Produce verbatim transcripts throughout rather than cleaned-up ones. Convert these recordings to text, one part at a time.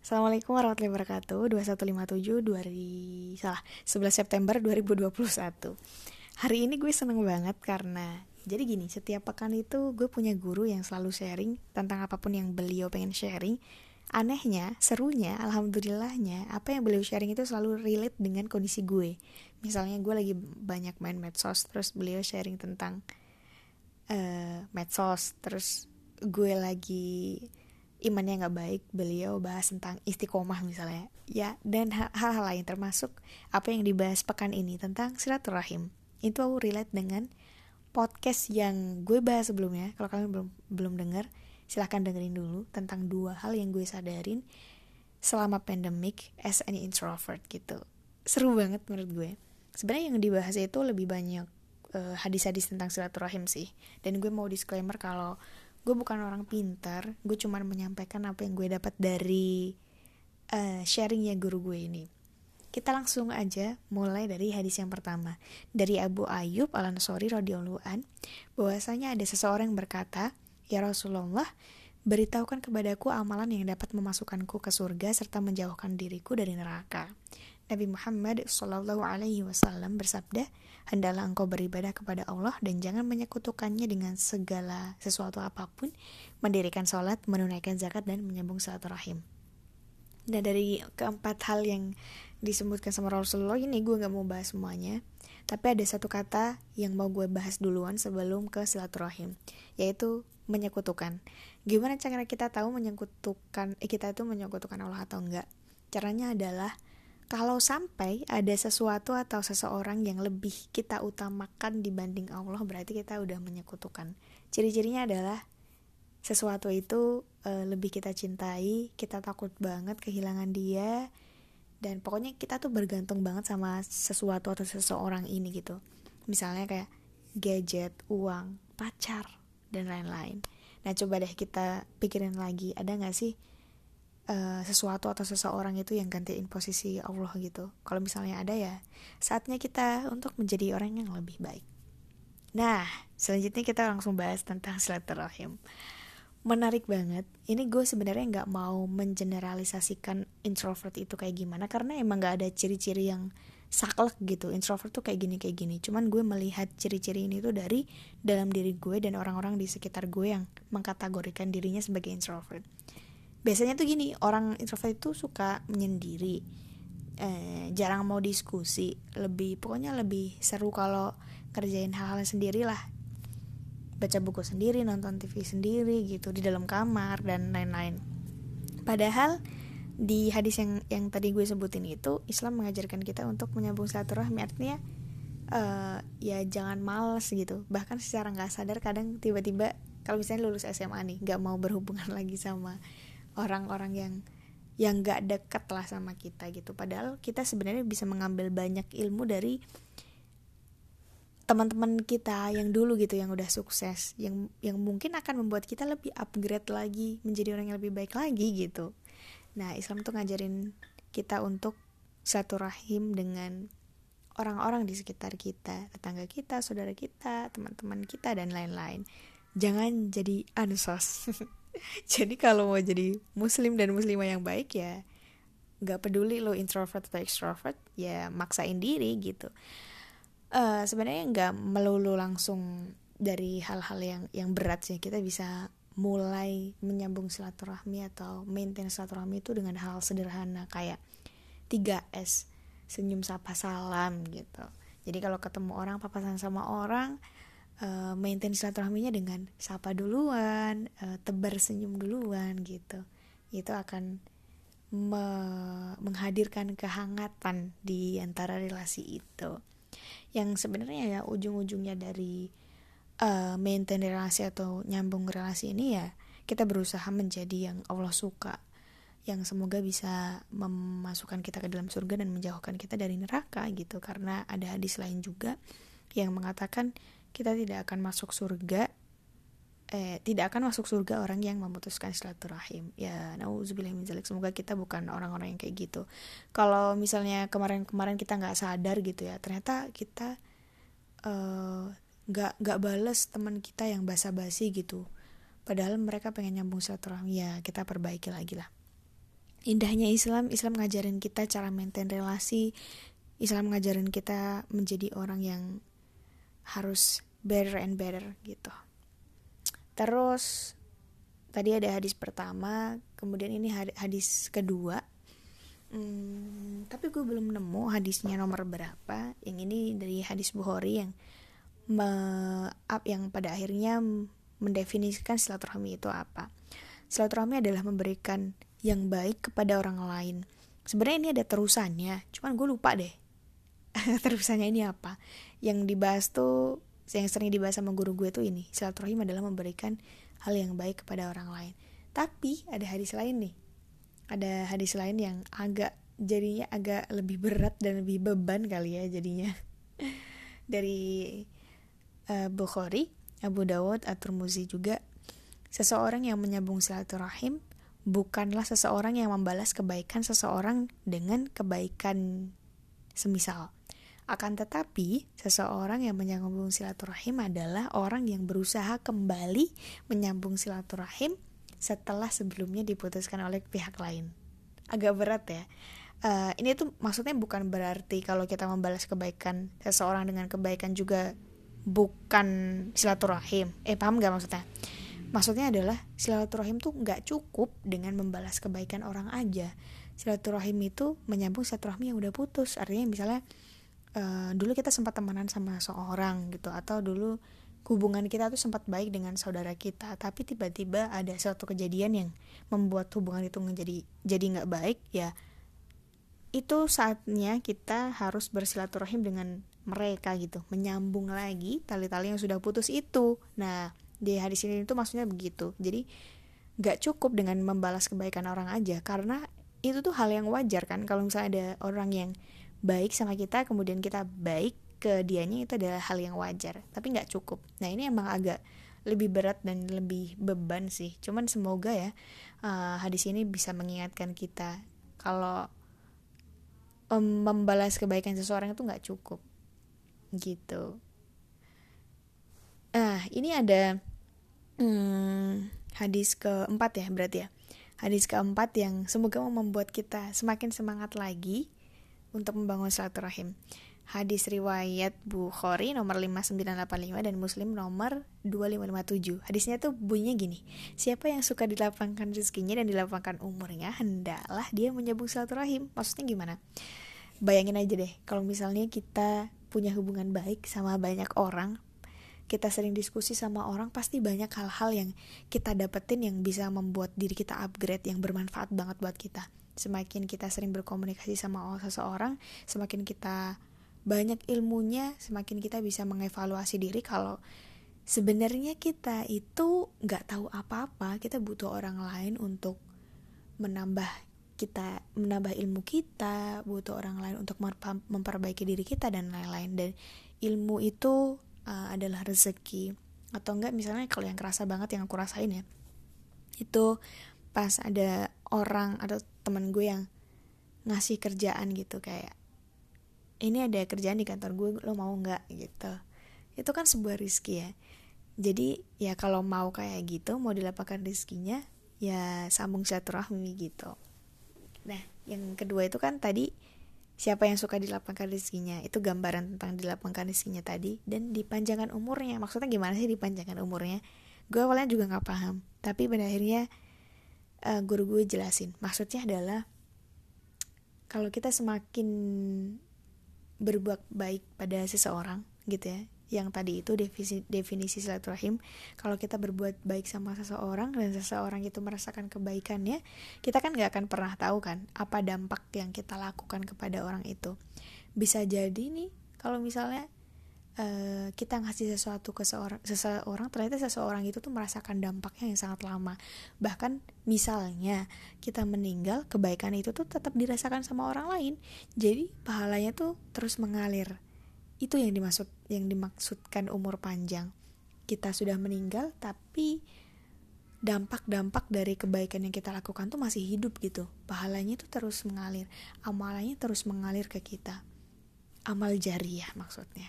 Assalamualaikum warahmatullahi wabarakatuh. Dua satu lima tujuh dua ri... salah sebelas September dua ribu dua puluh satu. Hari ini gue seneng banget karena jadi gini, setiap pekan itu gue punya guru yang selalu sharing tentang apapun yang beliau pengen sharing. Anehnya, serunya, alhamdulillahnya, apa yang beliau sharing itu selalu relate dengan kondisi gue. Misalnya gue lagi banyak main medsos, terus beliau sharing tentang uh, medsos, terus gue lagi imannya nggak baik, beliau bahas tentang istiqomah misalnya, ya, dan hal-hal lain termasuk apa yang dibahas pekan ini tentang silaturahim. Itu aku relate dengan podcast yang gue bahas sebelumnya. Kalau kalian belum belum dengar, silahkan dengerin dulu tentang dua hal yang gue sadarin selama pandemic as an introvert gitu. Seru banget menurut gue. Sebenarnya yang dibahas itu lebih banyak uh, hadis-hadis tentang silaturahim sih. Dan gue mau disclaimer kalau gue bukan orang pintar, gue cuma menyampaikan apa yang gue dapat dari uh, sharingnya guru gue ini. Kita langsung aja mulai dari hadis yang pertama. Dari Abu Ayyub Al-Ansari radhiyallahu an, bahwasanya ada seseorang yang berkata, "Ya Rasulullah, beritahukan kepadaku amalan yang dapat memasukkanku ke surga serta menjauhkan diriku dari neraka." Nabi Muhammad shallallahu alaihi wasallam bersabda, "Hendaklah engkau beribadah kepada Allah dan jangan menyekutukannya dengan segala sesuatu apapun, mendirikan sholat, menunaikan zakat, dan menyambung silaturahim." Nah, dari keempat hal yang disebutkan sama Rasulullah ini, gue gak mau bahas semuanya, tapi ada satu kata yang mau gue bahas duluan sebelum ke silaturahim, yaitu menyekutukan. Gimana cara kita tahu menyekutukan eh, kita itu menyekutukan Allah atau enggak? Caranya adalah kalau sampai ada sesuatu atau seseorang yang lebih kita utamakan dibanding Allah, berarti kita udah menyekutukan. Ciri-cirinya adalah sesuatu itu e, lebih kita cintai, kita takut banget kehilangan dia, dan pokoknya kita tuh bergantung banget sama sesuatu atau seseorang ini gitu. Misalnya kayak gadget, uang, pacar, dan lain-lain. Nah, coba deh kita pikirin lagi, ada gak sih Uh, sesuatu atau seseorang itu yang gantiin posisi Allah gitu? Kalau misalnya ada, ya saatnya kita untuk menjadi orang yang lebih baik. Nah, selanjutnya kita langsung bahas tentang silaturahim. Menarik banget. Ini gue sebenarnya nggak mau mengeneralisasikan introvert itu kayak gimana, karena emang nggak ada ciri-ciri yang saklek gitu. Introvert tuh kayak gini kayak gini. Cuman gue melihat ciri-ciri ini tuh dari dalam diri gue dan orang-orang di sekitar gue yang mengkategorikan dirinya sebagai introvert. Biasanya tuh gini, orang introvert itu suka menyendiri, eh, jarang mau diskusi, lebih pokoknya lebih seru kalau kerjain hal-hal sendiri lah, baca buku sendiri, nonton T V sendiri gitu di dalam kamar dan lain-lain. Padahal di hadis yang yang tadi gue sebutin itu, Islam mengajarkan kita untuk menyambung silaturahmi, artinya uh, ya jangan malas gitu. Bahkan secara nggak sadar kadang tiba-tiba kalau misalnya lulus S M A nih, nggak mau berhubungan lagi sama orang-orang yang yang nggak dekat lah sama kita gitu. Padahal kita sebenarnya bisa mengambil banyak ilmu dari teman-teman kita yang dulu gitu, yang udah sukses, yang yang mungkin akan membuat kita lebih upgrade lagi, menjadi orang yang lebih baik lagi gitu. Nah, Islam tuh ngajarin kita untuk silaturahim dengan orang-orang di sekitar kita, tetangga kita, saudara kita, teman-teman kita, dan lain-lain. Jangan jadi ansos. Jadi kalau mau jadi muslim dan muslimah yang baik, ya gak peduli lo introvert atau extrovert, ya maksain diri gitu. uh, Sebenarnya gak melulu langsung dari hal-hal yang yang berat sih. Kita bisa mulai menyambung silaturahmi atau maintain silaturahmi itu dengan hal sederhana kayak tiga S, senyum, sapa, salam gitu. Jadi kalau ketemu orang, papasan sama orang, Uh, maintain silaturahminya dengan sapa duluan, uh, tebar senyum duluan gitu. Itu akan me- menghadirkan kehangatan di antara relasi itu. Yang sebenarnya ya ujung-ujungnya dari uh, maintain relasi atau nyambung relasi ini, ya kita berusaha menjadi yang Allah suka, yang semoga bisa memasukkan kita ke dalam surga dan menjauhkan kita dari neraka gitu. Karena ada hadis lain juga yang mengatakan kita tidak akan masuk surga eh tidak akan masuk surga orang yang memutuskan silaturahim. Ya, nauzubillah min dzalik. Semoga kita bukan orang-orang yang kayak gitu. Kalau misalnya kemarin-kemarin kita nggak sadar gitu ya, ternyata kita nggak uh, nggak balas teman kita yang basa-basi gitu, padahal mereka pengen nyambung silaturahmi, ya kita perbaiki lagi lah. indahnya Islam, Islam ngajarin kita cara maintain relasi, Islam ngajarin kita menjadi orang yang harus better and better gitu. Terus tadi ada hadis pertama, kemudian ini hadis kedua. Hmm, tapi gue belum nemu hadisnya nomor berapa. Yang ini dari hadis Bukhari yang me, yang pada akhirnya mendefinisikan silaturahmi itu apa. Silaturahmi adalah memberikan yang baik kepada orang lain. Sebenarnya ini ada terusannya, cuman gue lupa deh terusannya ini apa. Yang dibahas tuh, yang sering dibahas sama guru gue tuh ini, silaturahim adalah memberikan hal yang baik kepada orang lain. Tapi ada hadis lain nih, ada hadis lain yang agak jadinya agak lebih berat dan lebih beban kali ya jadinya. Dari uh, Bukhari, Abu Dawud, At-Tirmidzi juga, seseorang yang menyambung silaturahim bukanlah seseorang yang membalas kebaikan seseorang dengan kebaikan semisal. Akan tetapi, seseorang yang menyambung silaturahim adalah orang yang berusaha kembali menyambung silaturahim setelah sebelumnya diputuskan oleh pihak lain. Agak berat ya. Uh, ini tuh maksudnya bukan berarti kalau kita membalas kebaikan seseorang dengan kebaikan juga bukan silaturahim. Eh paham gak maksudnya? Maksudnya adalah silaturahim tuh gak cukup dengan membalas kebaikan orang aja. Silaturahim itu menyambung silaturahmi yang udah putus. Artinya misalnya uh, dulu kita sempat temenan sama seorang gitu, atau dulu hubungan kita tuh sempat baik dengan saudara kita, tapi tiba-tiba ada suatu kejadian yang membuat hubungan itu menjadi jadi nggak baik, ya itu saatnya kita harus bersilaturahim dengan mereka gitu, menyambung lagi tali-tali yang sudah putus itu. Nah di hadis ini tuh maksudnya begitu. Jadi nggak cukup dengan membalas kebaikan orang aja, karena itu tuh hal yang wajar kan. Kalau misalnya ada orang yang baik sama kita, kemudian kita baik ke dianya, itu adalah hal yang wajar, tapi nggak cukup. Nah ini emang agak lebih berat dan lebih beban sih. Cuman semoga ya uh, hadis ini bisa mengingatkan kita kalau um, membalas kebaikan seseorang itu nggak cukup gitu. Ah ini ada hmm, hadis keempat ya berarti ya. Hadis keempat yang semoga membuat kita semakin semangat lagi untuk membangun silaturahim. Hadis riwayat Bukhari nomor lima sembilan delapan lima dan Muslim nomor dua lima lima tujuh. Hadisnya tuh bunyinya gini: siapa yang suka dilapangkan rezekinya dan dilapangkan umurnya, hendaklah dia menyambung silaturahim. Maksudnya gimana? Bayangin aja deh, kalau misalnya kita punya hubungan baik sama banyak orang, kita sering diskusi sama orang, pasti banyak hal-hal yang kita dapetin yang bisa membuat diri kita upgrade, yang bermanfaat banget buat kita. Semakin kita sering berkomunikasi sama seseorang, semakin kita banyak ilmunya, semakin kita bisa mengevaluasi diri kalau sebenarnya kita itu nggak tahu apa-apa. Kita butuh orang lain untuk menambah kita, menambah ilmu kita, butuh orang lain untuk memperbaiki diri kita dan lain-lain. Dan ilmu itu uh, adalah rezeki. Atau enggak, misalnya kalau yang kerasa banget yang aku rasain ya, itu pas ada orang atau teman gue yang ngasih kerjaan gitu, kayak ini ada kerjaan di kantor gue, lo mau nggak gitu. Itu kan sebuah rizki ya. Jadi ya kalau mau kayak gitu, mau dilapangkan rizkinya, ya sambung silaturahmi gitu. Nah yang kedua itu kan tadi, siapa yang suka dilapangkan rizkinya, itu gambaran tentang dilapangkan rizkinya tadi. Dan dipanjangkan umurnya, maksudnya gimana sih dipanjangkan umurnya? Gue awalnya juga gak paham, tapi pada akhirnya uh, guru gue jelasin. Maksudnya adalah kalau kita semakin berbuat baik pada seseorang gitu ya, yang tadi itu definisi, definisi silaturahim. Kalau kita berbuat baik sama seseorang dan seseorang itu merasakan kebaikannya, kita kan gak akan pernah tahu kan apa dampak yang kita lakukan kepada orang itu. Bisa jadi nih kalau misalnya uh, kita ngasih sesuatu ke seorang, seseorang, ternyata seseorang itu tuh merasakan dampaknya yang sangat lama. Bahkan misalnya kita meninggal, kebaikan itu tuh tetap dirasakan sama orang lain. Jadi pahalanya tuh terus mengalir. Itu yang dimaksud yang dimaksudkan umur panjang. Kita sudah meninggal tapi dampak-dampak dari kebaikan yang kita lakukan tuh masih hidup gitu. Pahalanya tuh terus mengalir, amalannya terus mengalir ke kita. Amal jariyah maksudnya.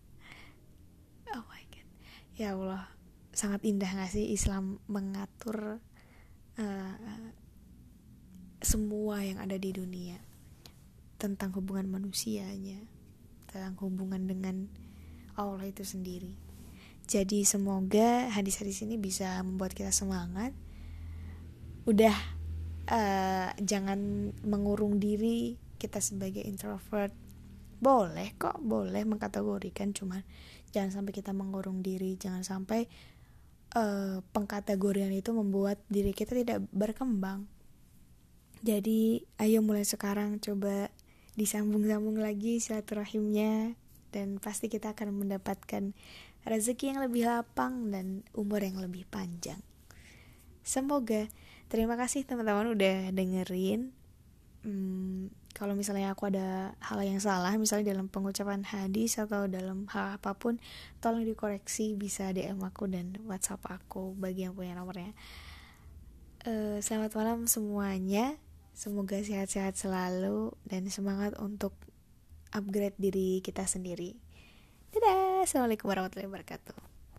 Oh my god. Ya Allah, sangat indah gak sih Islam mengatur uh, semua yang ada di dunia, tentang hubungan manusianya, tentang hubungan dengan Allah itu sendiri. Jadi semoga hadis-hadis ini bisa membuat kita semangat. Udah uh, jangan mengurung diri kita sebagai introvert. Boleh kok, boleh mengkategorikan, cuman jangan sampai kita mengurung diri. Jangan sampai uh, pengkategorian itu membuat diri kita tidak berkembang. Jadi ayo mulai sekarang coba disambung-sambung lagi silaturahimnya, dan pasti kita akan mendapatkan rezeki yang lebih lapang dan umur yang lebih panjang. Semoga. Terima kasih teman-teman udah dengerin. Hmm, kalau misalnya aku ada hal yang salah, misalnya dalam pengucapan hadis atau dalam hal apapun, tolong dikoreksi, bisa D M aku dan WhatsApp aku bagi yang punya nomornya. Uh, selamat malam semuanya. Semoga sehat-sehat selalu dan semangat untuk upgrade diri kita sendiri. Dadah, assalamualaikum warahmatullahi wabarakatuh.